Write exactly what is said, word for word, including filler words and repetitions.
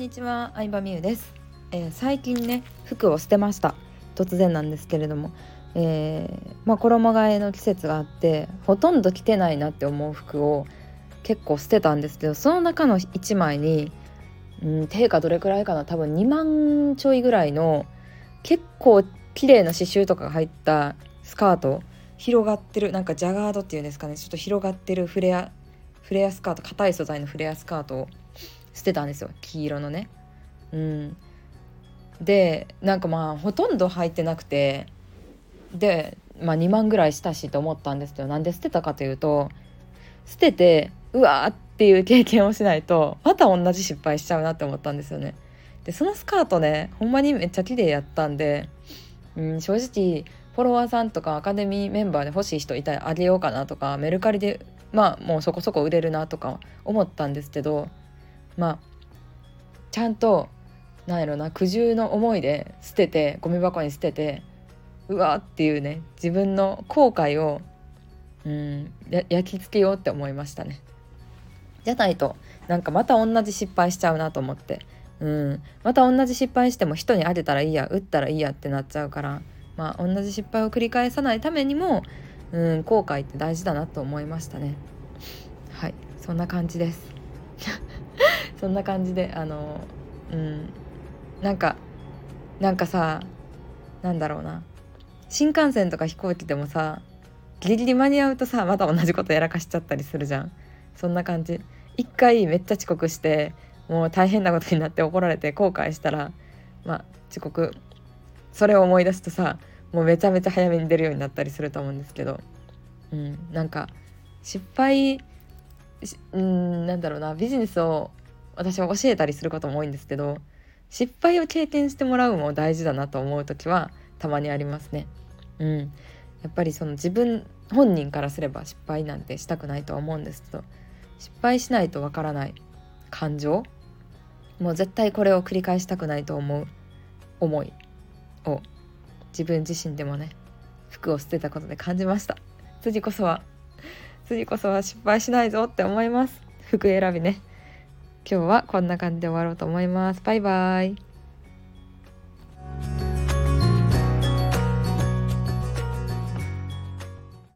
にちは、相葉美優です、えー、最近ね服を捨てました。突然なんですけれども、えーまあ、衣替えの季節があってほとんど着てないなって思う服を結構捨てたんですけど、その中のいちまいに、うん、定価どれくらいかな、多分にまんちょいぐらいの結構綺麗な刺繍とかが入ったスカート、広がってる、なんかジャガードっていうんですかね、ちょっと広がってるフレアフレアスカート、硬い素材のフレアスカートを捨てたんですよ、黄色のね。うんでなんかまあほとんど履いてなくて、で、まあ、にまんぐらいしたしと思ったんですけど、なんで捨てたかというと、捨ててうわーっていう経験をしないとまた同じ失敗しちゃうなって思ったんですよね。でそのスカートね、ほんまにめっちゃ綺麗やったんで、うん、正直フォロワーさんとかアカデミーメンバーで欲しい人いたらあげようかなとか、メルカリでまあもうそこそこ売れるなとか思ったんですけど、まあちゃんとなんやろな、苦渋の思いで捨てて、ゴミ箱に捨てて、うわーっていうね、自分の後悔をうんや焼き付けようって思いましたね。じゃないとなんかまた同じ失敗しちゃうなと思って、うんまた同じ失敗しても人にあげたらいいや、売ったらいいやってなっちゃうから、まあ同じ失敗を繰り返さないためにも、うん後悔って大事だなと思いましたね。はい、そんな感じですそんな感じであのうんなんかなんかさ、なんだろうな、新幹線とか飛行機でもさ、ギリギリ間に合うとさまた同じことやらかしちゃったりするじゃん。そんな感じ。一回めっちゃ遅刻してもう大変なことになって怒られて後悔したら、まあ遅刻、それを思い出すとさ、もうめちゃめちゃ早めに出るようになったりすると思うんですけど、うんなんか失敗うんなんだろうな、ビジネスを私は教えたりすることも多いんですけど、失敗を経験してもらうのも大事だなと思う時はたまにありますね。うんやっぱりその自分本人からすれば失敗なんてしたくないとは思うんですけど、失敗しないとわからない感情、もう絶対これを繰り返したくないと思う思いを自分自身でもね、服を捨てたことで感じました。次こそは次こそは失敗しないぞって思います。服選びね。今日はこんな感じで終わろうと思います。バイバイ。